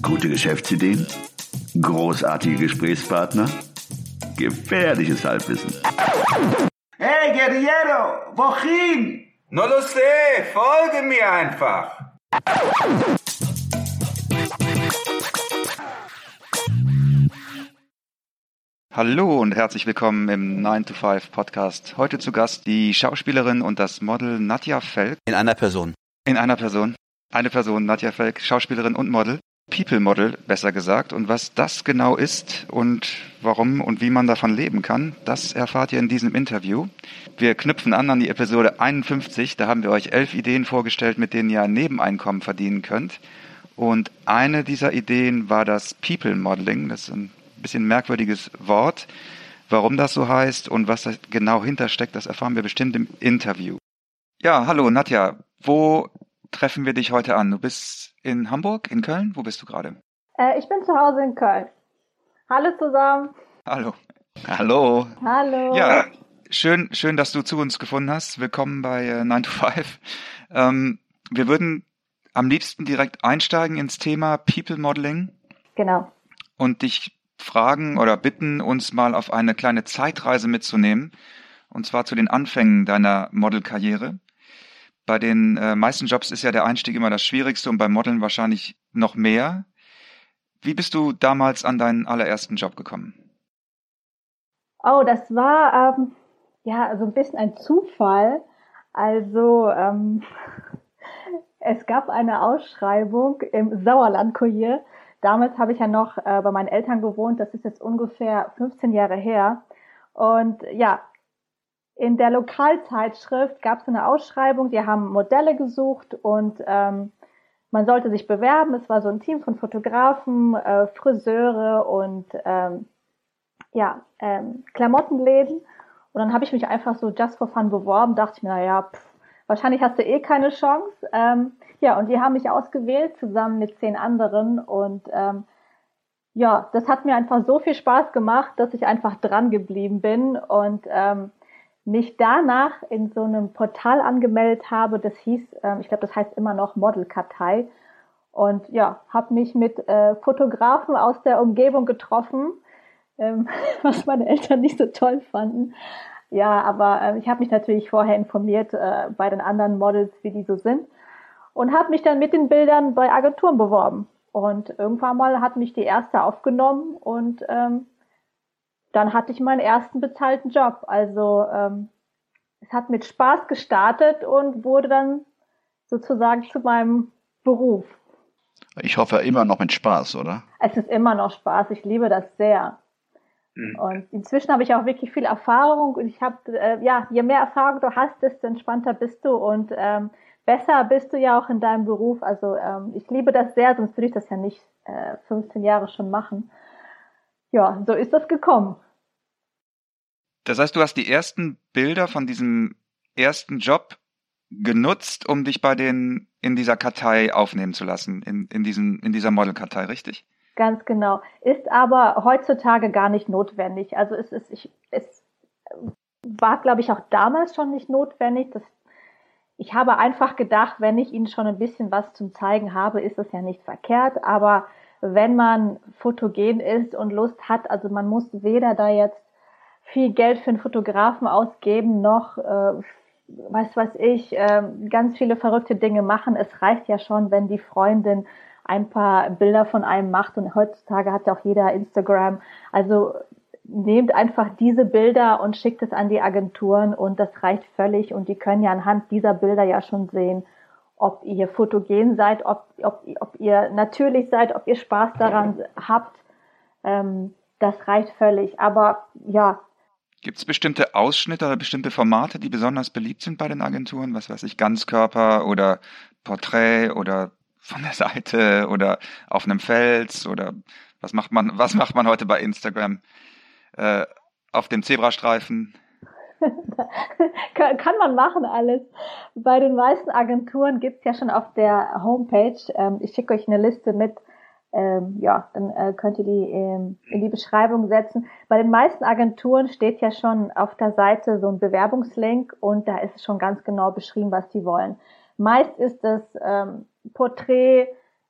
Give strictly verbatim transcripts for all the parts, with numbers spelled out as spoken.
Gute Geschäftsideen? Großartige Gesprächspartner? Gefährliches Halbwissen. Hey, Guerriero, wohin? No lo sé, folge mir einfach. Hallo und herzlich willkommen im nine to five Podcast. Heute zu Gast die Schauspielerin und das Model Nadja Felk. In einer Person. In einer Person. Eine Person, Nadja Felk, Schauspielerin und Model. People Model, besser gesagt. Und was das genau ist und warum und wie man davon leben kann, das erfahrt ihr in diesem Interview. Wir knüpfen an an die Episode einundfünfzig. Da haben wir euch elf Ideen vorgestellt, mit denen ihr ein Nebeneinkommen verdienen könnt. Und eine dieser Ideen war das People Modeling. Das ist ein bisschen merkwürdiges Wort. Warum das so heißt und was da genau hintersteckt, das erfahren wir bestimmt im Interview. Ja, hallo Nadja, wo treffen wir dich heute an? Du bist in Hamburg, in Köln? Wo bist du gerade? Äh, ich bin zu Hause in Köln. Hallo zusammen. Hallo. Hallo. Hallo. Ja, schön, schön, dass du zu uns gefunden hast. Willkommen bei äh, nine to five. Ähm, wir würden am liebsten direkt einsteigen ins Thema People Modeling. Genau. Und dich fragen oder bitten, uns mal auf eine kleine Zeitreise mitzunehmen. Und zwar zu den Anfängen deiner Modelkarriere. Bei den äh, meisten Jobs ist ja der Einstieg immer das Schwierigste und beim Modeln wahrscheinlich noch mehr. Wie bist du damals an deinen allerersten Job gekommen? Oh, das war ähm, ja so ein bisschen ein Zufall. Also ähm, es gab eine Ausschreibung im Sauerland-Kurier. Damals habe ich ja noch äh, bei meinen Eltern gewohnt. Das ist jetzt ungefähr fünfzehn Jahre her. Und ja, in der Lokalzeitschrift gab es eine Ausschreibung, die haben Modelle gesucht und ähm, man sollte sich bewerben. Es war so ein Team von Fotografen, äh, Friseure und ähm, ja ähm, Klamottenläden. Und dann habe ich mich einfach so just for fun beworben, dachte ich mir, naja, pff, wahrscheinlich hast du eh keine Chance. Ähm, ja, und die haben mich ausgewählt, zusammen mit zehn anderen und ähm, ja, das hat mir einfach so viel Spaß gemacht, dass ich einfach dran geblieben bin und ähm, mich danach in so einem Portal angemeldet habe, das hieß, ähm, ich glaube, das heißt immer noch Modelkartei. Und ja, habe mich mit äh, Fotografen aus der Umgebung getroffen, ähm, was meine Eltern nicht so toll fanden. Ja, aber äh, ich habe mich natürlich vorher informiert äh, bei den anderen Models, wie die so sind. Und habe mich dann mit den Bildern bei Agenturen beworben. Und irgendwann mal hat mich die erste aufgenommen und ähm, dann hatte ich meinen ersten bezahlten Job. Also ähm, es hat mit Spaß gestartet und wurde dann sozusagen zu meinem Beruf. Ich hoffe immer noch mit Spaß, oder? Es ist immer noch Spaß. Ich liebe das sehr. Mhm. Und inzwischen habe ich auch wirklich viel Erfahrung. Und ich habe, äh, ja, je mehr Erfahrung du hast, desto entspannter bist du und ähm, besser bist du ja auch in deinem Beruf. Also ähm, ich liebe das sehr, sonst würde ich das ja nicht äh, fünfzehn Jahre schon machen. Ja, so ist das gekommen. Das heißt, du hast die ersten Bilder von diesem ersten Job genutzt, um dich bei den in dieser Kartei aufnehmen zu lassen, in, in, diesen, in dieser Modelkartei, richtig? Ganz genau. Ist aber heutzutage gar nicht notwendig. Also es ist, ich, es war, glaube ich, auch damals schon nicht notwendig. Das, ich habe einfach gedacht, wenn ich Ihnen schon ein bisschen was zum Zeigen habe, ist das ja nicht verkehrt. Aber wenn man fotogen ist und Lust hat, also man muss weder da jetzt viel Geld für einen Fotografen ausgeben, noch, äh, was weiß ich, äh, ganz viele verrückte Dinge machen. Es reicht ja schon, wenn die Freundin ein paar Bilder von einem macht und heutzutage hat ja auch jeder Instagram. Also nehmt einfach diese Bilder und schickt es an die Agenturen und das reicht völlig und die können ja anhand dieser Bilder ja schon sehen, ob ihr fotogen seid, ob, ob, ob ihr natürlich seid, ob ihr Spaß daran habt. Ähm, das reicht völlig. Aber ja. Gibt es bestimmte Ausschnitte oder bestimmte Formate, die besonders beliebt sind bei den Agenturen? Was weiß ich, Ganzkörper oder Porträt oder von der Seite oder auf einem Fels oder was macht man, was macht man heute bei Instagram? Äh, auf dem Zebrastreifen? kann, kann man machen alles. Bei den meisten Agenturen gibt's ja schon auf der Homepage, ähm, ich schicke euch eine Liste mit, ähm, ja, dann äh, könnt ihr die ähm, in die Beschreibung setzen. Bei den meisten Agenturen steht ja schon auf der Seite so ein Bewerbungslink und da ist es schon ganz genau beschrieben, was die wollen. Meist ist es ähm, Porträt,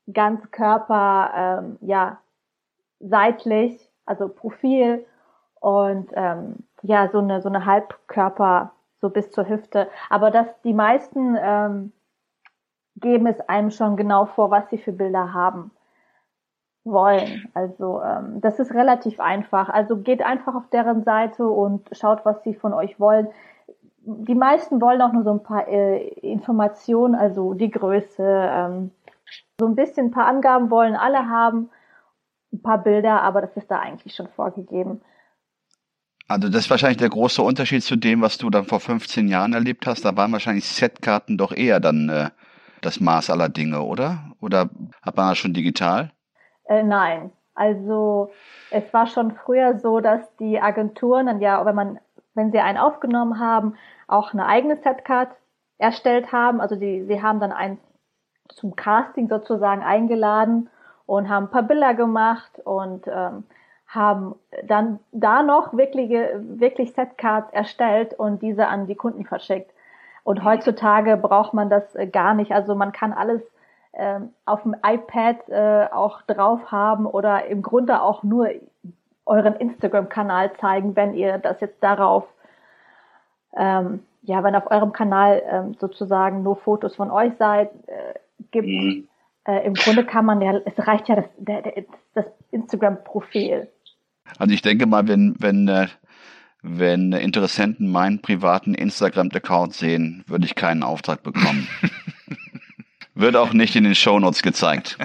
Ganzkörper, ähm, ja, seitlich, also Profil und ähm, ja, so eine so eine Halbkörper, so bis zur Hüfte. Aber dass die meisten ähm, geben es einem schon genau vor, was sie für Bilder haben wollen. Also ähm, das ist relativ einfach. Also geht einfach auf deren Seite und schaut, was sie von euch wollen. Die meisten wollen auch nur so ein paar äh, Informationen, also die Größe, ähm, so ein bisschen ein paar Angaben wollen alle haben, ein paar Bilder, aber das ist da eigentlich schon vorgegeben. Also das ist wahrscheinlich der große Unterschied zu dem, was du dann vor fünfzehn Jahren erlebt hast. Da waren wahrscheinlich Setkarten doch eher dann äh, das Maß aller Dinge, oder? Oder hat man das schon digital? Äh, nein, also es war schon früher so, dass die Agenturen dann ja, wenn man, wenn sie einen aufgenommen haben, auch eine eigene Setcard erstellt haben. Also die, sie haben dann einen zum Casting sozusagen eingeladen und haben ein paar Bilder gemacht und ähm, haben dann da noch wirkliche, wirklich Setcards erstellt und diese an die Kunden verschickt. Und heutzutage braucht man das äh, gar nicht. Also man kann alles ähm, auf dem iPad äh, auch drauf haben oder im Grunde auch nur euren Instagram-Kanal zeigen, wenn ihr das jetzt darauf, ähm, ja, wenn auf eurem Kanal ähm, sozusagen nur Fotos von euch seid, äh, gibt. Mhm. Äh, Im Grunde kann man ja, es reicht ja das, der, der, das Instagram-Profil. Also ich denke mal, wenn, wenn, äh, wenn Interessenten meinen privaten Instagram-Account sehen, würde ich keinen Auftrag bekommen. Wird auch nicht in den Shownotes gezeigt.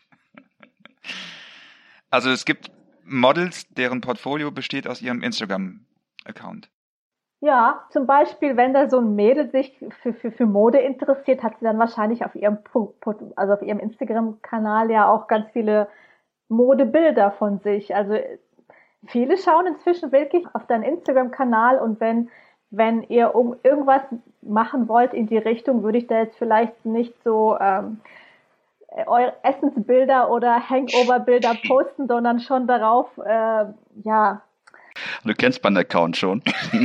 Also es gibt Models, deren Portfolio besteht aus ihrem Instagram-Account. Ja, zum Beispiel, wenn da so ein Mädel sich für, für, für Mode interessiert, hat sie dann wahrscheinlich auf ihrem, also auf ihrem Instagram-Kanal ja auch ganz viele Modebilder von sich. Also viele schauen inzwischen wirklich auf deinen Instagram-Kanal und wenn, wenn ihr um irgendwas machen wollt in die Richtung, würde ich da jetzt vielleicht nicht so ähm, eure Essensbilder oder Hangover-Bilder posten, sondern schon darauf, äh, ja. Du kennst meinen Account schon.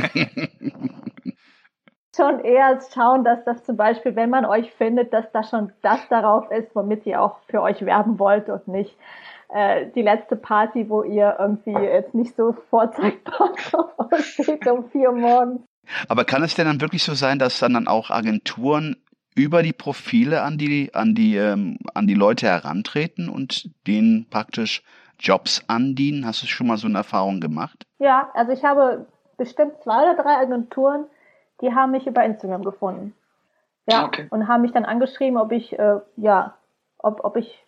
Schon eher schauen, dass das zum Beispiel, wenn man euch findet, dass da schon das darauf ist, womit ihr auch für euch werben wollt und nicht äh, die letzte Party, wo ihr irgendwie jetzt nicht so vorzeigbar ausseht um vier Uhr morgens. Aber kann es denn dann wirklich so sein, dass dann, dann auch Agenturen über die Profile an die an die ähm, an die Leute herantreten und denen praktisch Jobs andienen? Hast du schon mal so eine Erfahrung gemacht? Ja, also ich habe bestimmt zwei oder drei Agenturen, die haben mich über Instagram gefunden. Ja, okay. Und haben mich dann angeschrieben, ob ich äh, ja, ob ob ich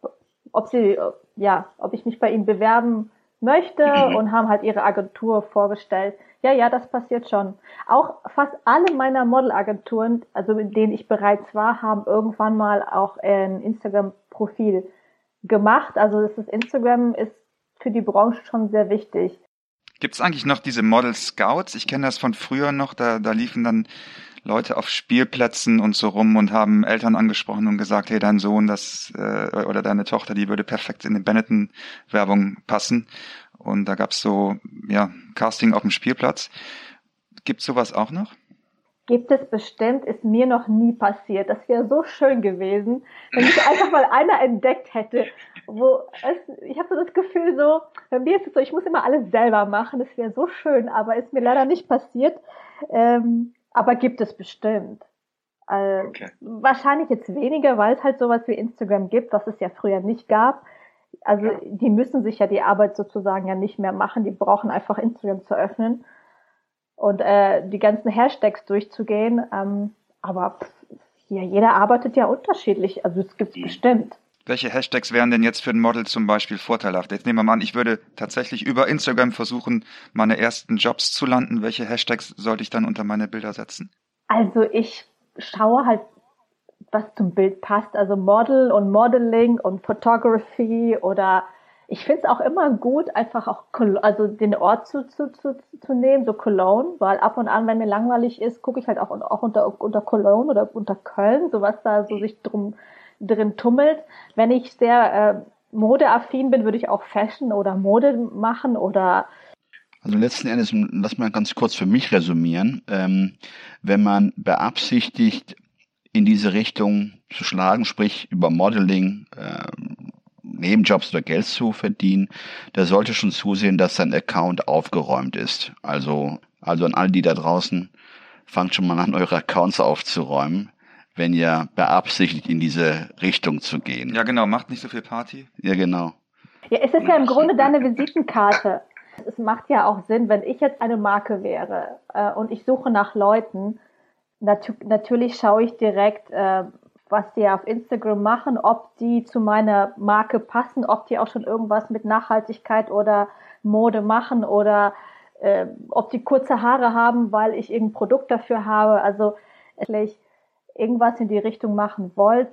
ob sie ja, ob ich mich bei ihnen bewerben möchte mhm. und haben halt ihre Agentur vorgestellt. Ja, ja, das passiert schon. Auch fast alle meiner Modelagenturen, also mit denen ich bereits war, haben irgendwann mal auch ein Instagram-Profil gemacht. Also das ist, Instagram ist für die Branche schon sehr wichtig. Gibt es eigentlich noch diese Model Scouts? Ich kenne das von früher noch, da, da liefen dann Leute auf Spielplätzen und so rum und haben Eltern angesprochen und gesagt, hey, dein Sohn, das äh, oder deine Tochter, die würde perfekt in die Benetton-Werbung passen. Und da gab's so, ja, Casting auf dem Spielplatz. Gibt's sowas auch noch? Gibt es bestimmt, ist mir noch nie passiert. Das wäre so schön gewesen, wenn mich einfach mal einer entdeckt hätte, wo es, ich habe so das Gefühl so, bei mir ist es so, ich muss immer alles selber machen, das wäre so schön, aber ist mir leider nicht passiert. Ähm, aber gibt es bestimmt. Äh, okay. Wahrscheinlich jetzt weniger, weil es halt sowas wie Instagram gibt, was es ja früher nicht gab. Also ja. Die müssen sich ja die Arbeit sozusagen ja nicht mehr machen, die brauchen einfach Instagram zu öffnen und äh, die ganzen Hashtags durchzugehen. Ähm, aber pff, ja, jeder arbeitet ja unterschiedlich, also es gibt's mhm. bestimmt. Welche Hashtags wären denn jetzt für ein Model zum Beispiel vorteilhaft? Jetzt nehmen wir mal an, ich würde tatsächlich über Instagram versuchen, meine ersten Jobs zu landen. Welche Hashtags sollte ich dann unter meine Bilder setzen? Also ich schaue halt, was zum Bild passt. Also Model und Modeling und Photography oder ich finde es auch immer gut, einfach auch also den Ort zu, zu, zu, zu nehmen, so Cologne, weil ab und an, wenn mir langweilig ist, gucke ich halt auch, auch unter, unter Cologne oder unter Köln, so was da so sich drum drin tummelt. Wenn ich sehr äh, modeaffin bin, würde ich auch Fashion oder Mode machen oder Also letzten Endes, lass mal ganz kurz für mich resümieren, ähm, wenn man beabsichtigt, in diese Richtung zu schlagen, sprich über Modeling, äh, Nebenjobs oder Geld zu verdienen, der sollte schon zusehen, dass sein Account aufgeräumt ist. Also, also an all die da draußen, fangt schon mal an, eure Accounts aufzuräumen, wenn ihr beabsichtigt, in diese Richtung zu gehen. Ja, genau, macht nicht so viel Party. Ja, genau. Ja, es ist ja im Grunde deine Visitenkarte. Es macht ja auch Sinn, wenn ich jetzt eine Marke wäre äh, und ich suche nach Leuten, nat- natürlich schaue ich direkt, äh, was die auf Instagram machen, ob die zu meiner Marke passen, ob die auch schon irgendwas mit Nachhaltigkeit oder Mode machen oder äh, ob die kurze Haare haben, weil ich irgendein Produkt dafür habe. Also wenn ich irgendwas in die Richtung machen wollt,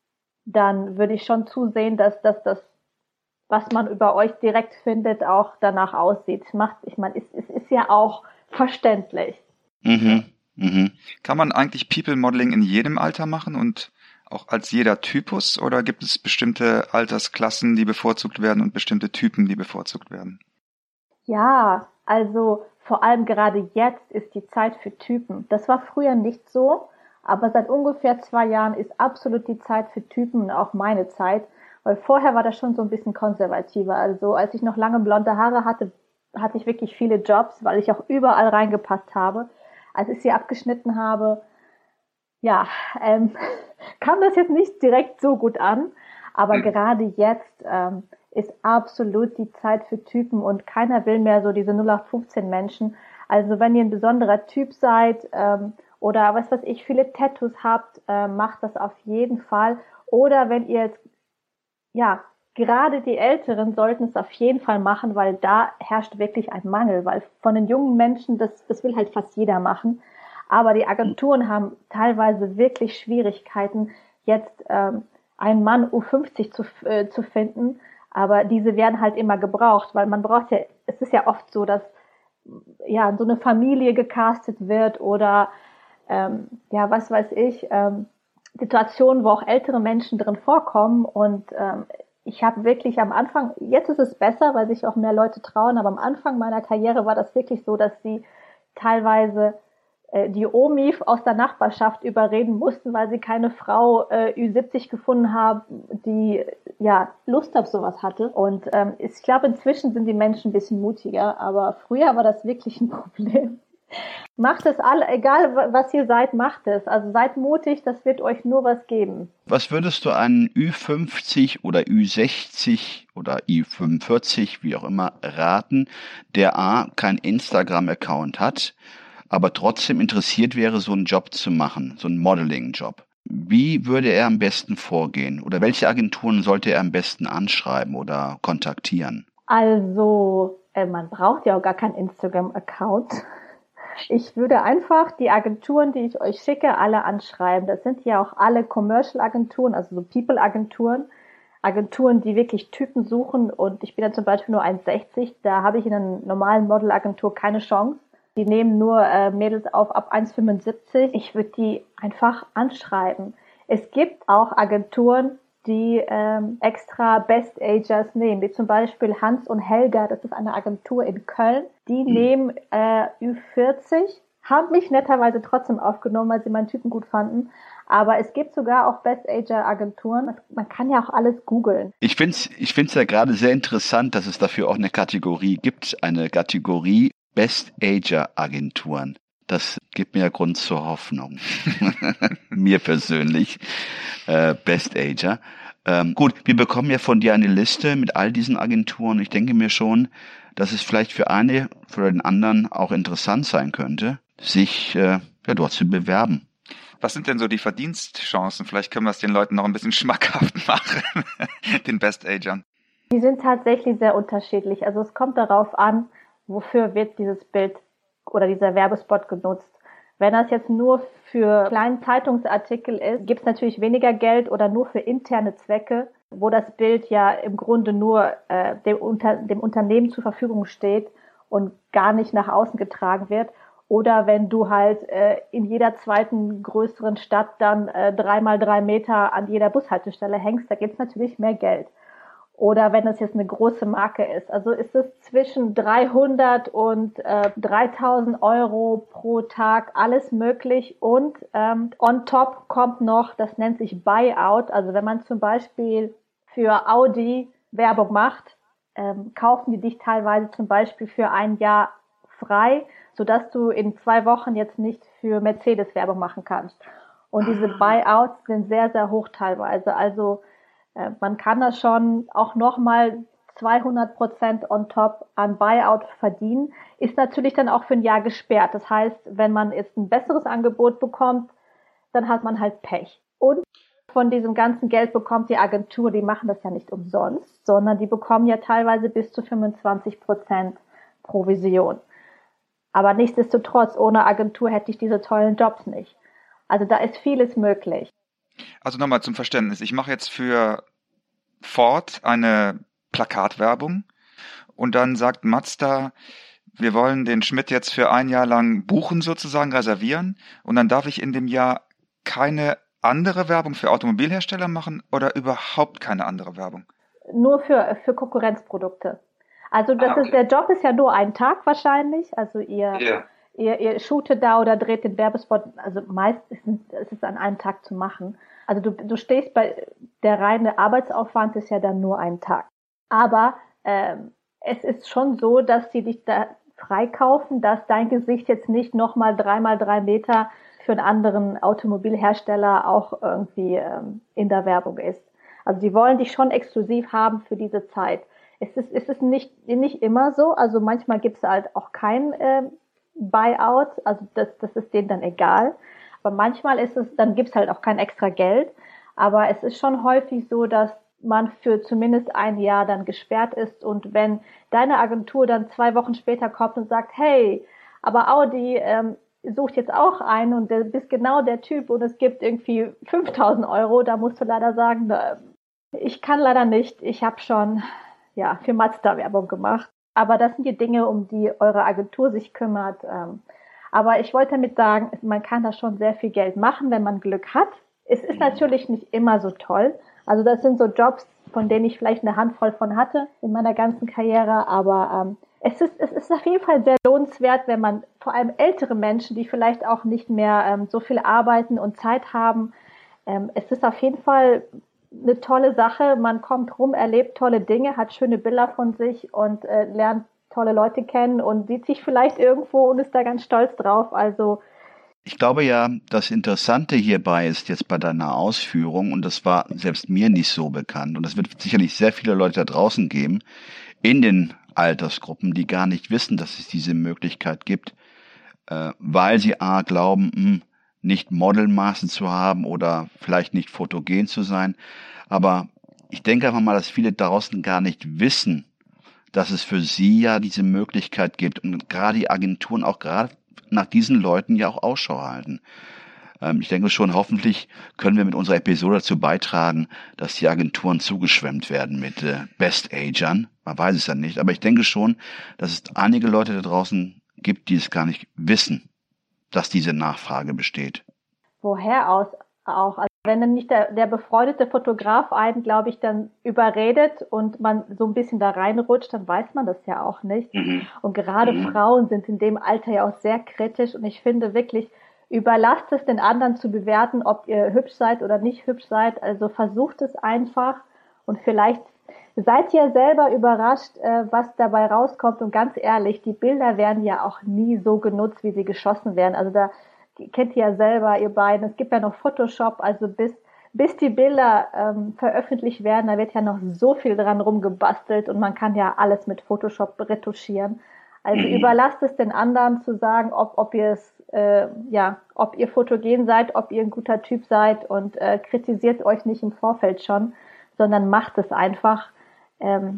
dann würde ich schon zusehen, dass, dass das, was man über euch direkt findet, auch danach aussieht. Macht, ich meine, es, es ist ja auch verständlich. Mhm. Mhm. Kann man eigentlich People Modeling in jedem Alter machen und auch als jeder Typus, oder gibt es bestimmte Altersklassen, die bevorzugt werden und bestimmte Typen, die bevorzugt werden? Ja, also vor allem gerade jetzt ist die Zeit für Typen. Das war früher nicht so, aber seit ungefähr zwei Jahren ist absolut die Zeit für Typen und auch meine Zeit, weil vorher war das schon so ein bisschen konservativer. Also als ich noch lange blonde Haare hatte, hatte ich wirklich viele Jobs, weil ich auch überall reingepasst habe. Als ich sie abgeschnitten habe, ja, ähm, kam das jetzt nicht direkt so gut an, aber gerade jetzt ähm, ist absolut die Zeit für Typen und keiner will mehr so diese null acht fünfzehn Menschen. Also wenn ihr ein besonderer Typ seid ähm, oder was weiß ich, viele Tattoos habt, äh, macht das auf jeden Fall. Oder wenn ihr jetzt, ja, gerade die Älteren sollten es auf jeden Fall machen, weil da herrscht wirklich ein Mangel, weil von den jungen Menschen, das, das will halt fast jeder machen. Aber die Agenturen haben teilweise wirklich Schwierigkeiten, jetzt ähm, einen Mann U fünfzig zu, äh, zu finden. Aber diese werden halt immer gebraucht, weil man braucht ja, es ist ja oft so, dass ja so eine Familie gecastet wird oder ähm, ja, was weiß ich, ähm, Situationen, wo auch ältere Menschen drin vorkommen. Und ähm, ich habe wirklich am Anfang, jetzt ist es besser, weil sich auch mehr Leute trauen, aber am Anfang meiner Karriere war das wirklich so, dass sie teilweise die Omi aus der Nachbarschaft überreden mussten, weil sie keine Frau äh, Ü siebzig gefunden haben, die ja Lust auf sowas hatte. Und ähm, ich glaube, inzwischen sind die Menschen ein bisschen mutiger, aber früher war das wirklich ein Problem. Macht es alle, egal was ihr seid, macht es. Also seid mutig, das wird euch nur was geben. Was würdest du einen Ü fünfzig oder Ü sechzig oder Ü fünfundvierzig, wie auch immer, raten, der A, kein Instagram-Account hat, aber trotzdem interessiert wäre, so einen Job zu machen, so einen Modeling-Job? Wie würde er am besten vorgehen? Oder welche Agenturen sollte er am besten anschreiben oder kontaktieren? Also, äh, man braucht ja auch gar keinen Instagram-Account. Ich würde einfach die Agenturen, die ich euch schicke, alle anschreiben. Das sind ja auch alle Commercial-Agenturen, also so People-Agenturen. Agenturen, die wirklich Typen suchen. Und ich bin ja zum Beispiel nur eins sechzig, da habe ich in einer normalen Modelagentur keine Chance. Die nehmen nur äh, Mädels auf ab eins fünfundsiebzig. Ich würde die einfach anschreiben. Es gibt auch Agenturen, die ähm, extra Best Agers nehmen, wie zum Beispiel Hans und Helga, das ist eine Agentur in Köln. Die mhm. nehmen äh, Ü vierzig, haben mich netterweise trotzdem aufgenommen, weil sie meinen Typen gut fanden. Aber es gibt sogar auch Best Ager Agenturen. Man kann ja auch alles googeln. Ich finde es ich find's ja gerade sehr interessant, dass es dafür auch eine Kategorie gibt, eine Kategorie Best Ager Agenturen. Das gibt mir ja Grund zur Hoffnung. Mir persönlich. Äh, Best Ager. Ähm, gut, wir bekommen ja von dir eine Liste mit all diesen Agenturen. Ich denke mir schon, dass es vielleicht für eine oder den anderen auch interessant sein könnte, sich äh, ja, dort zu bewerben. Was sind denn so die Verdienstchancen? Vielleicht können wir es den Leuten noch ein bisschen schmackhaft machen, den Best Agern. Die sind tatsächlich sehr unterschiedlich. Also es kommt darauf an, wofür wird dieses Bild oder dieser Werbespot genutzt. Wenn das jetzt nur für kleinen Zeitungsartikel ist, gibt es natürlich weniger Geld oder nur für interne Zwecke, wo das Bild ja im Grunde nur äh, dem, Unter- dem Unternehmen zur Verfügung steht und gar nicht nach außen getragen wird. Oder wenn du halt äh, in jeder zweiten größeren Stadt dann äh, drei mal drei Meter an jeder Bushaltestelle hängst, da gibt es natürlich mehr Geld. Oder wenn es jetzt eine große Marke ist. Also ist es zwischen dreihundert und äh, dreitausend Euro pro Tag, alles möglich. Und ähm, on top kommt noch, das nennt sich Buyout. Also wenn man zum Beispiel für Audi Werbung macht, ähm, kaufen die dich teilweise zum Beispiel für ein Jahr frei, sodass du in zwei Wochen jetzt nicht für Mercedes Werbung machen kannst. Und diese Buyouts sind sehr, sehr hoch teilweise. Also äh, man kann da schon auch nochmal zweihundert Prozent on top an Buyout verdienen. Ist natürlich dann auch für ein Jahr gesperrt. Das heißt, wenn man jetzt ein besseres Angebot bekommt, dann hat man halt Pech. Und von diesem ganzen Geld bekommt die Agentur, die machen das ja nicht umsonst, sondern die bekommen ja teilweise bis zu fünfundzwanzig Prozent Provision. Aber nichtsdestotrotz, ohne Agentur hätte ich diese tollen Jobs nicht. Also da ist vieles möglich. Also nochmal zum Verständnis. Ich mache jetzt für Ford eine Plakatwerbung und dann sagt Mazda, wir wollen den Schmidt jetzt für ein Jahr lang buchen sozusagen, reservieren und dann darf ich in dem Jahr keine andere Werbung für Automobilhersteller machen oder überhaupt keine andere Werbung? Nur für, für Konkurrenzprodukte. Also das Ah, okay. ist, der Job ist ja nur ein Tag wahrscheinlich. Also ihr, Ja. ihr, ihr shootet da oder dreht den Werbespot. Also meist ist es ist an einem Tag zu machen. Also du, du stehst bei, der reine Arbeitsaufwand ist ja dann nur ein Tag. Aber ähm, es ist schon so, dass die dich da freikaufen, dass dein Gesicht jetzt nicht nochmal dreimal drei Meter für einen anderen Automobilhersteller auch irgendwie ähm, in der Werbung ist. Also die wollen dich schon exklusiv haben für diese Zeit. Es ist, es ist nicht, nicht immer so. Also manchmal gibt es halt auch kein äh, Buyout. Also das, das ist denen dann egal. Aber manchmal ist es, dann gibt es halt auch kein extra Geld. Aber es ist schon häufig so, dass man für zumindest ein Jahr dann gesperrt ist. Und wenn deine Agentur dann zwei Wochen später kommt und sagt, hey, aber Audi ähm, sucht jetzt auch einen und du bist genau der Typ und es gibt irgendwie fünftausend Euro, da musst du leider sagen, ich kann leider nicht, ich habe schon ja für Mazda Werbung gemacht. Aber das sind die Dinge, um die eure Agentur sich kümmert. Aber ich wollte damit sagen, man kann da schon sehr viel Geld machen, wenn man Glück hat. Es ist natürlich nicht immer so toll. Also das sind so Jobs, von denen ich vielleicht eine Handvoll von hatte in meiner ganzen Karriere, aber ähm, es ist, es ist auf jeden Fall sehr lohnenswert, wenn man vor allem ältere Menschen, die vielleicht auch nicht mehr ähm, so viel arbeiten und Zeit haben, ähm, es ist auf jeden Fall eine tolle Sache. Man kommt rum, erlebt tolle Dinge, hat schöne Bilder von sich und äh, lernt tolle Leute kennen und sieht sich vielleicht irgendwo und ist da ganz stolz drauf. Also ich glaube ja, das Interessante hierbei ist jetzt bei deiner Ausführung, und das war selbst mir nicht so bekannt, und es wird sicherlich sehr viele Leute da draußen geben, in den Altersgruppen, die gar nicht wissen, dass es diese Möglichkeit gibt, äh, weil sie a. glauben, mh, nicht Modelmaßen zu haben oder vielleicht nicht fotogen zu sein. Aber ich denke einfach mal, dass viele draußen gar nicht wissen, dass es für sie ja diese Möglichkeit gibt und gerade die Agenturen auch gerade nach diesen Leuten ja auch Ausschau halten. Ähm, ich denke schon, hoffentlich können wir mit unserer Episode dazu beitragen, dass die Agenturen zugeschwemmt werden mit äh, Best-Agern. Man weiß es ja nicht, aber ich denke schon, dass es einige Leute da draußen gibt, die es gar nicht wissen, dass diese Nachfrage besteht. Woher aus auch? Also wenn dann nicht der, der befreundete Fotograf einen, glaube ich, dann überredet und man so ein bisschen da reinrutscht, dann weiß man das ja auch nicht. Mhm. Und gerade mhm. Frauen sind in dem Alter ja auch sehr kritisch und ich finde wirklich, überlasst es den anderen zu bewerten, ob ihr hübsch seid oder nicht hübsch seid. Also versucht es einfach und vielleicht seid ihr selber überrascht, was dabei rauskommt. Und ganz ehrlich, die Bilder werden ja auch nie so genutzt, wie sie geschossen werden. Also da kennt ihr ja selber, ihr beiden. Es gibt ja noch Photoshop, also bis bis die Bilder ähm, veröffentlicht werden, da wird ja noch so viel dran rumgebastelt und man kann ja alles mit Photoshop retuschieren. Also mhm. überlasst es den anderen zu sagen, ob ob ihr es äh, ja, ob ihr fotogen seid, ob ihr ein guter Typ seid und äh, kritisiert euch nicht im Vorfeld schon, sondern macht es einfach. Ähm,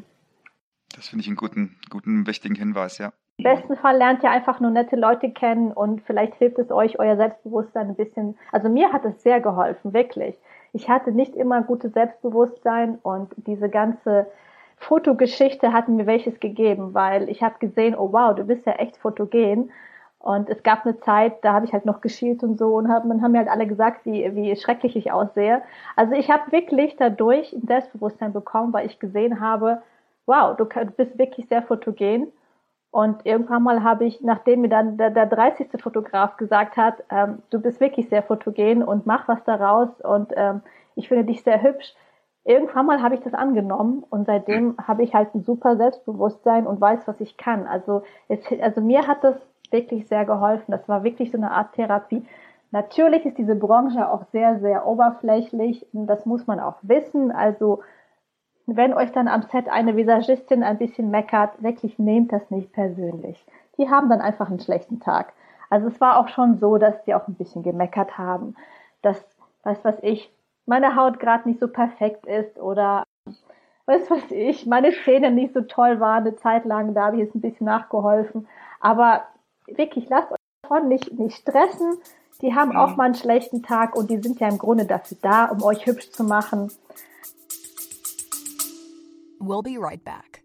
das finde ich einen guten, guten, wichtigen Hinweis, ja. Im besten Fall lernt ihr einfach nur nette Leute kennen und vielleicht hilft es euch, euer Selbstbewusstsein ein bisschen, also mir hat es sehr geholfen, wirklich. Ich hatte nicht immer gutes Selbstbewusstsein und diese ganze Fotogeschichte hat mir welches gegeben, weil ich habe gesehen, oh wow, du bist ja echt fotogen Und es gab eine Zeit, da habe ich halt noch geschielt und so und haben, haben mir halt alle gesagt, wie, wie schrecklich ich aussehe. Also ich habe wirklich dadurch ein Selbstbewusstsein bekommen, weil ich gesehen habe, wow, du bist wirklich sehr fotogen. Und irgendwann mal habe ich, nachdem mir dann der, der dreißigste Fotograf gesagt hat, ähm, du bist wirklich sehr fotogen und mach was daraus und ähm, ich finde dich sehr hübsch. Irgendwann mal habe ich das angenommen und seitdem habe ich halt ein super Selbstbewusstsein und weiß, was ich kann. Also, es, also mir hat das wirklich sehr geholfen. Das war wirklich so eine Art Therapie. Natürlich ist diese Branche auch sehr, sehr oberflächlich. Das muss man auch wissen. Also wenn euch dann am Set eine Visagistin ein bisschen meckert, wirklich nehmt das nicht persönlich. Die haben dann einfach einen schlechten Tag. Also es war auch schon so, dass die auch ein bisschen gemeckert haben, dass, weiß was ich, meine Haut gerade nicht so perfekt ist oder weiß was ich, meine Zähne nicht so toll waren eine Zeit lang, da habe ich jetzt ein bisschen nachgeholfen. Aber wirklich, lasst euch davon nicht, nicht stressen. Die haben auch mal einen schlechten Tag und die sind ja im Grunde dafür da, um euch hübsch zu machen. We'll be right back.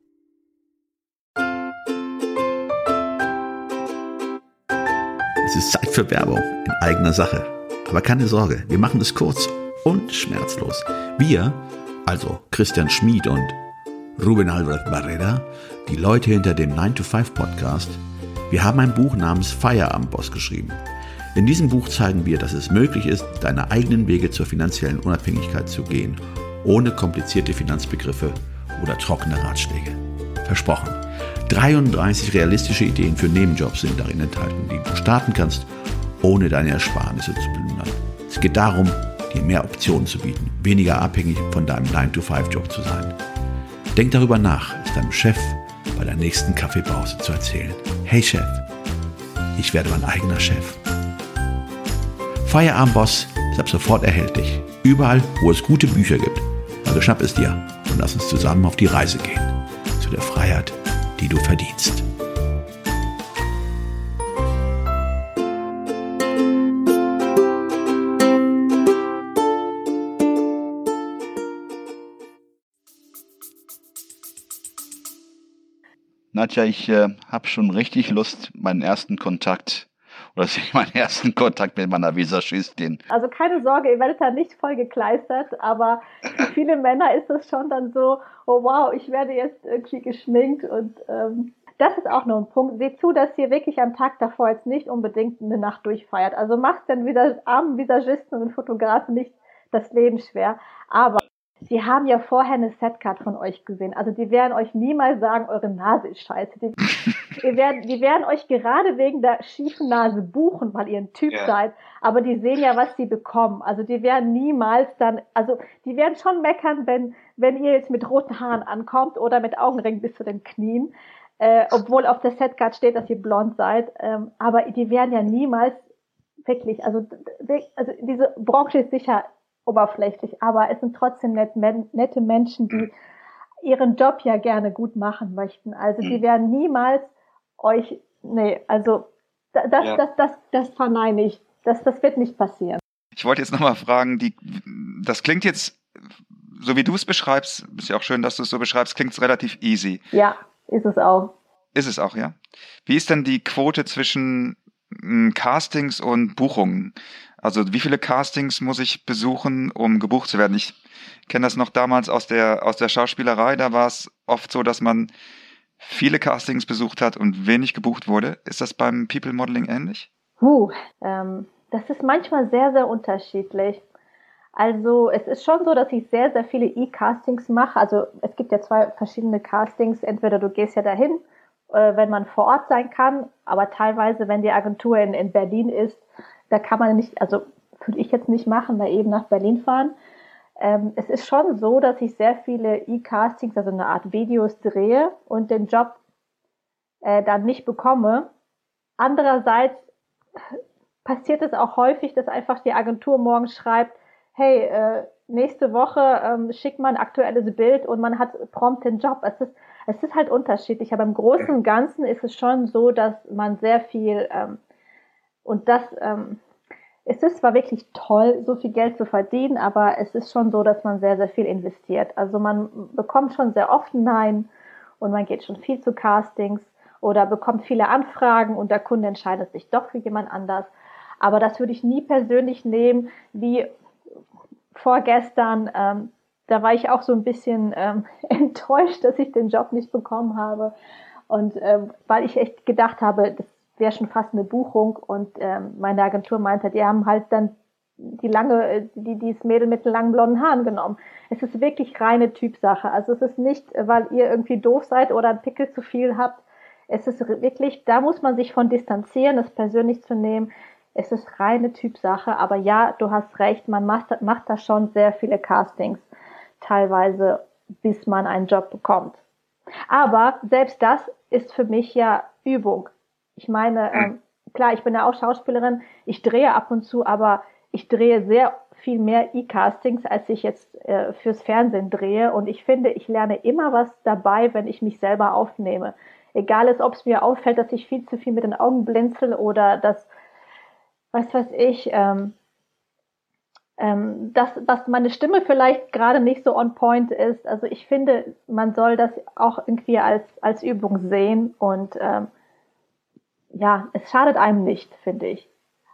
Es ist Zeit für Werbung in eigener Sache. Aber keine Sorge, wir machen es kurz und schmerzlos. Wir, also Christian Schmid und Ruben Albert Barrera, die Leute hinter dem nine to five Podcast, wir haben ein Buch namens Feierabendboss geschrieben. In diesem Buch zeigen wir, dass es möglich ist, deine eigenen Wege zur finanziellen Unabhängigkeit zu gehen, ohne komplizierte Finanzbegriffe oder trockene Ratschläge. Versprochen. dreiunddreißig realistische Ideen für Nebenjobs sind darin enthalten, die du starten kannst, ohne deine Ersparnisse zu plündern. Es geht darum, dir mehr Optionen zu bieten, weniger abhängig von deinem nine to five Job zu sein. Denk darüber nach, es deinem Chef bei der nächsten Kaffeepause zu erzählen. Hey Chef, ich werde mein eigener Chef. Feierabendboss ist ab sofort erhältlich. Überall, wo es gute Bücher gibt. Also schnapp es dir und lass uns zusammen auf die Reise gehen. Zu der Freiheit, die du verdienst. Nadja, ich äh, habe schon richtig Lust, meinen ersten Kontakt oder meinen ersten Kontakt mit meiner Visagistin. Also keine Sorge, ihr werdet da nicht voll gekleistert, aber für viele Männer ist es schon dann so, oh wow, ich werde jetzt irgendwie geschminkt und ähm, das ist auch noch ein Punkt. Seht zu, dass ihr wirklich am Tag davor jetzt nicht unbedingt eine Nacht durchfeiert. Also macht dann wieder armen Visagisten und Fotografen nicht das Leben schwer, aber sie haben ja vorher eine Setcard von euch gesehen. Also die werden euch niemals sagen, eure Nase ist scheiße. Die, die, werden, die werden euch gerade wegen der schiefen Nase buchen, weil ihr ein Typ Ja. seid. Aber die sehen ja, was sie bekommen. Also die werden niemals dann, also die werden schon meckern, wenn, wenn ihr jetzt mit roten Haaren ankommt oder mit Augenringen bis zu den Knien. Äh, obwohl auf der Setcard steht, dass ihr blond seid. Ähm, aber die werden ja niemals wirklich, also, also diese Branche ist sicher oberflächlich, aber es sind trotzdem net, men, nette Menschen, die ihren Job ja gerne gut machen möchten. Also die werden niemals euch, nee, also das, Ja. das, das, das verneine ich. Das, das wird nicht passieren. Ich wollte jetzt nochmal fragen, die, das klingt jetzt, so wie du es beschreibst, ist ja auch schön, dass du es so beschreibst, klingt es relativ easy. Ja, ist es auch. Ist es auch, ja? Wie ist denn die Quote zwischen m, Castings und Buchungen? Also wie viele Castings muss ich besuchen, um gebucht zu werden? Ich kenne das noch damals aus der aus der Schauspielerei. Da war es oft so, dass man viele Castings besucht hat und wenig gebucht wurde. Ist das beim People Modeling ähnlich? Huh, ähm, das ist manchmal sehr, sehr unterschiedlich. Also es ist schon so, dass ich sehr, sehr viele E-Castings mache. Also es gibt ja zwei verschiedene Castings. Entweder du gehst ja dahin, äh, wenn man vor Ort sein kann, aber teilweise, wenn die Agentur in, in Berlin ist, da kann man nicht, also würde ich jetzt nicht machen, da eben nach Berlin fahren. Ähm, es ist schon so, dass ich sehr viele E-Castings, also eine Art Videos drehe und den Job äh, dann nicht bekomme. Andererseits passiert es auch häufig, dass einfach die Agentur morgens schreibt, hey, äh, nächste Woche ähm, schickt man ein aktuelles Bild und man hat prompt den Job. Es ist, es ist halt unterschiedlich, aber im Großen und Ganzen ist es schon so, dass man sehr viel ähm, und das, ähm, es ist zwar wirklich toll, so viel Geld zu verdienen, aber es ist schon so, dass man sehr, sehr viel investiert. Also man bekommt schon sehr oft ein Nein und man geht schon viel zu Castings oder bekommt viele Anfragen und der Kunde entscheidet sich doch für jemand anders. Aber das würde ich nie persönlich nehmen, wie vorgestern. Ähm, da war ich auch so ein bisschen ähm, enttäuscht, dass ich den Job nicht bekommen habe. Und ähm, weil ich echt gedacht habe, das wäre schon fast eine Buchung. Und ähm, meine Agentur meinte, die haben halt dann die lange, die, dieses Mädel mit den langen blonden Haaren genommen. Es ist wirklich reine Typsache. Also es ist nicht, weil ihr irgendwie doof seid oder einen Pickel zu viel habt. Es ist wirklich, da muss man sich von distanzieren, das persönlich zu nehmen. Es ist reine Typsache, aber ja, du hast recht, man macht, macht da schon sehr viele Castings, teilweise, bis man einen Job bekommt. Aber selbst das ist für mich ja Übung. Ich meine, ähm, klar, ich bin ja auch Schauspielerin, ich drehe ab und zu, aber ich drehe sehr viel mehr E-Castings, als ich jetzt äh, fürs Fernsehen drehe. Und ich finde, ich lerne immer was dabei, wenn ich mich selber aufnehme. Egal ist, ob es mir auffällt, dass ich viel zu viel mit den Augen blinzel oder dass was weiß ich, ähm, ähm, dass, dass meine Stimme vielleicht gerade nicht so on point ist. Also ich finde, man soll das auch irgendwie als, als Übung sehen und ähm, ja, es schadet einem nicht, finde ich.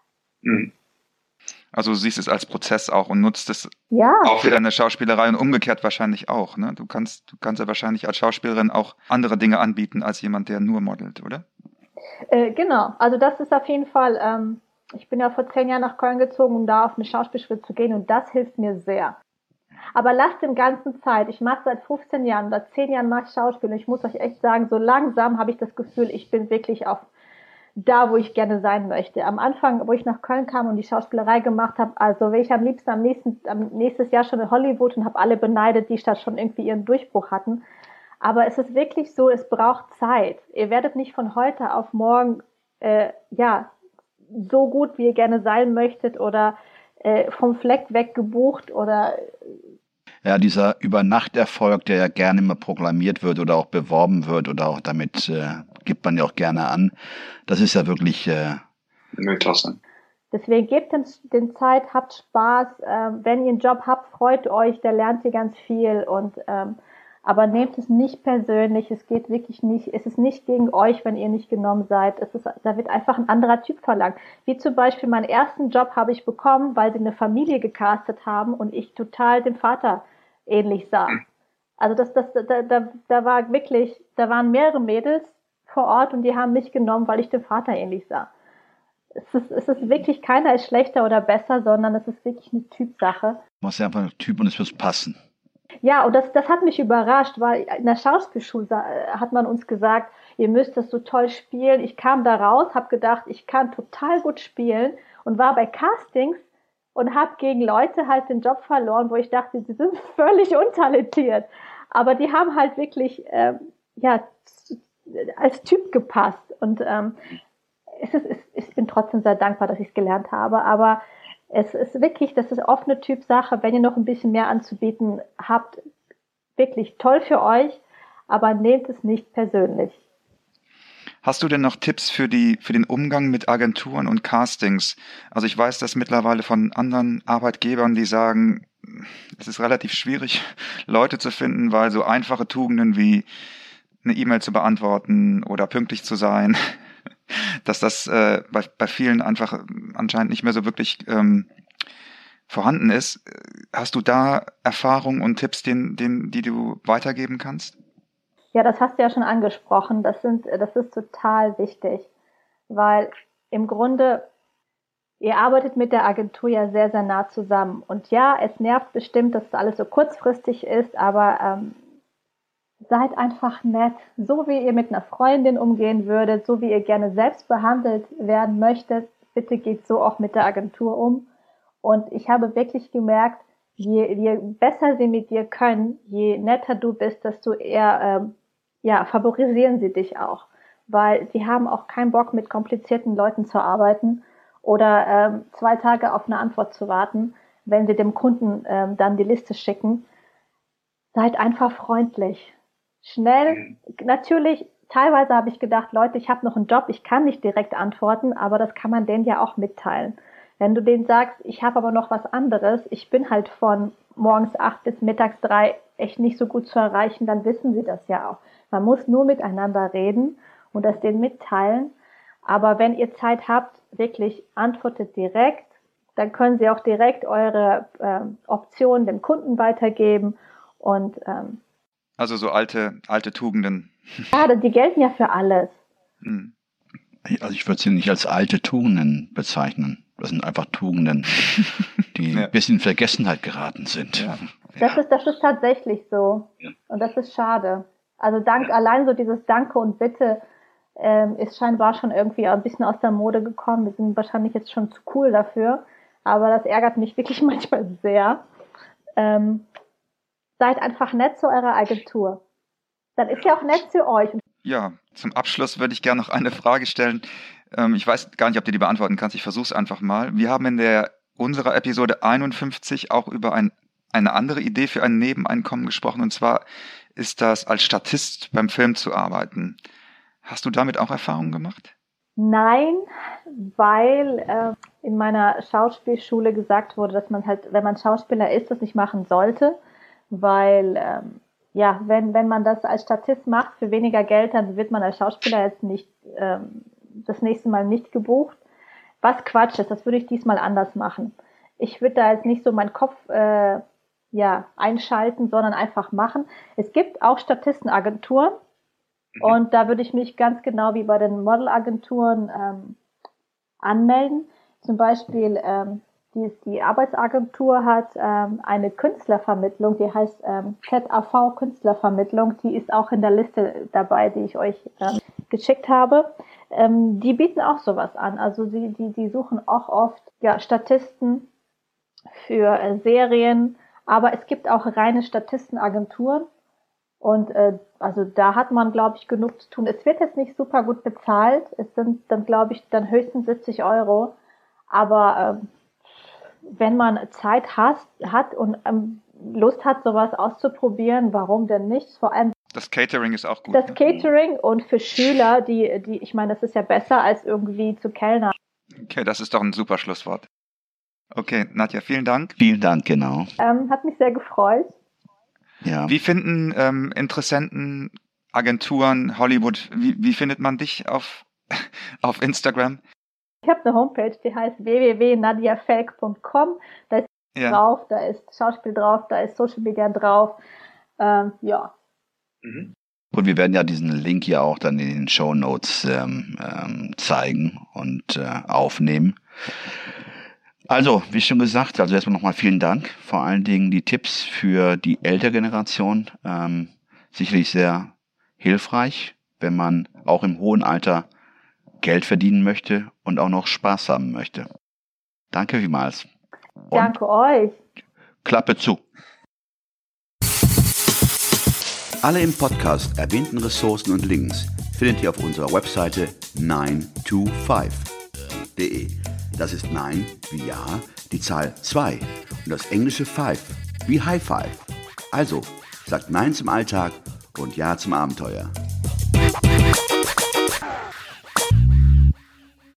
Also du siehst es als Prozess auch und nutzt es ja. auch für deine Schauspielerei und umgekehrt wahrscheinlich auch. Ne? Du kannst, du kannst ja wahrscheinlich als Schauspielerin auch andere Dinge anbieten als jemand, der nur modelt, oder? Äh, genau, also das ist auf jeden Fall... Ähm, Ich bin ja vor zehn Jahren nach Köln gezogen, um da auf eine Schauspielschule zu gehen und das hilft mir sehr. Aber lasst dem ganzen Zeit. Ich mache seit fünfzehn Jahren oder zehn Jahren mache ich Schauspiel und ich muss euch echt sagen, so langsam habe ich das Gefühl, ich bin wirklich auf da, wo ich gerne sein möchte. Am Anfang, wo ich nach Köln kam und die Schauspielerei gemacht habe, also wäre ich am liebsten am nächsten, am nächstes Jahr schon in Hollywood und habe alle beneidet, die statt schon irgendwie ihren Durchbruch hatten. Aber es ist wirklich so, es braucht Zeit. Ihr werdet nicht von heute auf morgen, äh, ja, so gut, wie ihr gerne sein möchtet oder äh, vom Fleck weg gebucht oder... Ja, dieser Übernachterfolg, der ja gerne immer proklamiert wird oder auch beworben wird oder auch damit äh, gibt man ja auch gerne an, das ist ja wirklich... Äh Mythos. Deswegen gebt den, den Zeit, habt Spaß. Ähm, wenn ihr einen Job habt, freut euch, da lernt ihr ganz viel und... Ähm, aber nehmt es nicht persönlich, es geht wirklich nicht, es ist nicht gegen euch, wenn ihr nicht genommen seid. Es ist, da wird einfach ein anderer Typ verlangt. Wie zum Beispiel meinen ersten Job habe ich bekommen, weil sie eine Familie gecastet haben und ich total dem Vater ähnlich sah. Also das, das, da, da, da war wirklich, da waren mehrere Mädels vor Ort und die haben mich genommen, weil ich dem Vater ähnlich sah. Es ist, es ist wirklich, keiner ist schlechter oder besser, sondern es ist wirklich eine Typsache. Du musst ja einfach ein Typ und es wird passen. Ja, und das, das hat mich überrascht, weil in der Schauspielschule hat man uns gesagt, ihr müsst das so toll spielen. Ich kam da raus, habe gedacht, ich kann total gut spielen und war bei Castings und habe gegen Leute halt den Job verloren, wo ich dachte, sie sind völlig untalentiert. Aber die haben halt wirklich ähm, ja als Typ gepasst. Und ähm, es ist, es, ich bin trotzdem sehr dankbar, dass ich es gelernt habe, aber es ist wirklich, das ist oft eine Typsache, wenn ihr noch ein bisschen mehr anzubieten habt, wirklich toll für euch, aber nehmt es nicht persönlich. Hast du denn noch Tipps für die, für den Umgang mit Agenturen und Castings? Also ich weiß das mittlerweile von anderen Arbeitgebern, die sagen, es ist relativ schwierig, Leute zu finden, weil so einfache Tugenden wie eine E-Mail zu beantworten oder pünktlich zu sein, dass das äh, bei, bei vielen einfach anscheinend nicht mehr so wirklich ähm, vorhanden ist. Hast du da Erfahrungen und Tipps, den, den, die du weitergeben kannst? Ja, das hast du ja schon angesprochen. Das sind, das ist total wichtig, weil im Grunde, ihr arbeitet mit der Agentur ja sehr, sehr nah zusammen. Und ja, es nervt bestimmt, dass das alles so kurzfristig ist, aber ähm, seid einfach nett, so wie ihr mit einer Freundin umgehen würdet, so wie ihr gerne selbst behandelt werden möchtet. Bitte geht so auch mit der Agentur um. Und ich habe wirklich gemerkt, je, je besser sie mit dir können, je netter du bist, desto eher ähm, ja, favorisieren sie dich auch. Weil sie haben auch keinen Bock, mit komplizierten Leuten zu arbeiten oder ähm, zwei Tage auf eine Antwort zu warten, wenn sie dem Kunden ähm, dann die Liste schicken. Seid einfach freundlich. Schnell, natürlich, teilweise habe ich gedacht, Leute, ich habe noch einen Job, ich kann nicht direkt antworten, aber das kann man denen ja auch mitteilen. Wenn du denen sagst, ich habe aber noch was anderes, ich bin halt von morgens acht bis mittags drei echt nicht so gut zu erreichen, dann wissen sie das ja auch. Man muss nur miteinander reden und das denen mitteilen. Aber wenn ihr Zeit habt, wirklich antwortet direkt. Dann können Sie auch direkt eure ähm, Optionen dem Kunden weitergeben. Und ähm, also so alte, alte Tugenden. Ja, die gelten ja für alles. Hm. Also ich würde sie nicht als alte Tugenden bezeichnen. Das sind einfach Tugenden, die Ja. ein bisschen in Vergessenheit geraten sind. Ja. Das ist, das ist tatsächlich so. Ja. Und das ist schade. Also dank, allein so dieses Danke und Bitte ähm, ist scheinbar schon irgendwie ein bisschen aus der Mode gekommen. Wir sind wahrscheinlich jetzt schon zu cool dafür. Aber das ärgert mich wirklich manchmal sehr. Ähm, seid einfach nett zu eurer Agentur. Dann ist ja auch nett zu euch. Ja, zum Abschluss würde ich gerne noch eine Frage stellen. Ähm, ich weiß gar nicht, ob du die beantworten kannst. Ich versuche es einfach mal. Wir haben in der unserer Episode einundfünfzig auch über ein, eine andere Idee für ein Nebeneinkommen gesprochen. Und zwar ist das, als Statist beim Film zu arbeiten. Hast du damit auch Erfahrungen gemacht? Nein, weil äh, in meiner Schauspielschule gesagt wurde, dass man halt, wenn man Schauspieler ist, das nicht machen sollte, weil ähm, ja, wenn wenn man das als Statist macht für weniger Geld, dann wird man als Schauspieler jetzt nicht ähm, das nächste Mal nicht gebucht. Was Quatsch ist, das würde ich diesmal anders machen. Ich würde da jetzt nicht so meinen Kopf äh, ja einschalten, sondern einfach machen. Es gibt auch Statistenagenturen. Und da würde ich mich ganz genau wie bei den Modelagenturen ähm, anmelden. Zum Beispiel ähm, die, die Arbeitsagentur hat ähm, eine Künstlervermittlung, die heißt ähm, Z A V Künstlervermittlung. Die ist auch in der Liste dabei, die ich euch ähm, geschickt habe. Ähm, die bieten auch sowas an. Also die, die, die suchen auch oft ja, Statisten für äh, Serien. Aber es gibt auch reine Statistenagenturen. Und äh, also da hat man, glaube ich, genug zu tun. Es wird jetzt nicht super gut bezahlt. Es sind dann, glaube ich, dann höchstens siebzig Euro. Aber ähm, wenn man Zeit hat, hat und ähm, Lust hat, sowas auszuprobieren, warum denn nicht? Vor allem Das Catering ist auch gut. das ne? Catering und für Schüler, die, die, ich meine, das ist ja besser als irgendwie zu kellnern. Okay, das ist doch ein super Schlusswort. Okay, Nadja, vielen Dank. Vielen Dank, genau. Ähm, hat mich sehr gefreut. Ja. Wie finden ähm, Interessenten, Agenturen, Hollywood, wie, wie findet man dich auf, auf Instagram? Ich habe eine Homepage, die heißt w w w punkt nadia felk punkt com. Da ist Ja. drauf, da ist Schauspiel drauf, da ist Social Media drauf. Ähm, ja. Und wir werden ja diesen Link ja auch dann in den Shownotes ähm, ähm, zeigen und äh, aufnehmen. Also, wie schon gesagt, also erstmal nochmal vielen Dank. Vor allen Dingen die Tipps für die ältere Generation. Ähm, sicherlich sehr hilfreich, wenn man auch im hohen Alter Geld verdienen möchte und auch noch Spaß haben möchte. Danke vielmals. Und Danke euch. Klappe zu. Alle im Podcast erwähnten Ressourcen und Links findet ihr auf unserer Webseite nine two five punkt de. Das ist neun wie Ja, die Zahl zwei und das englische Five wie High Five. Also, sagt Nein zum Alltag und Ja zum Abenteuer.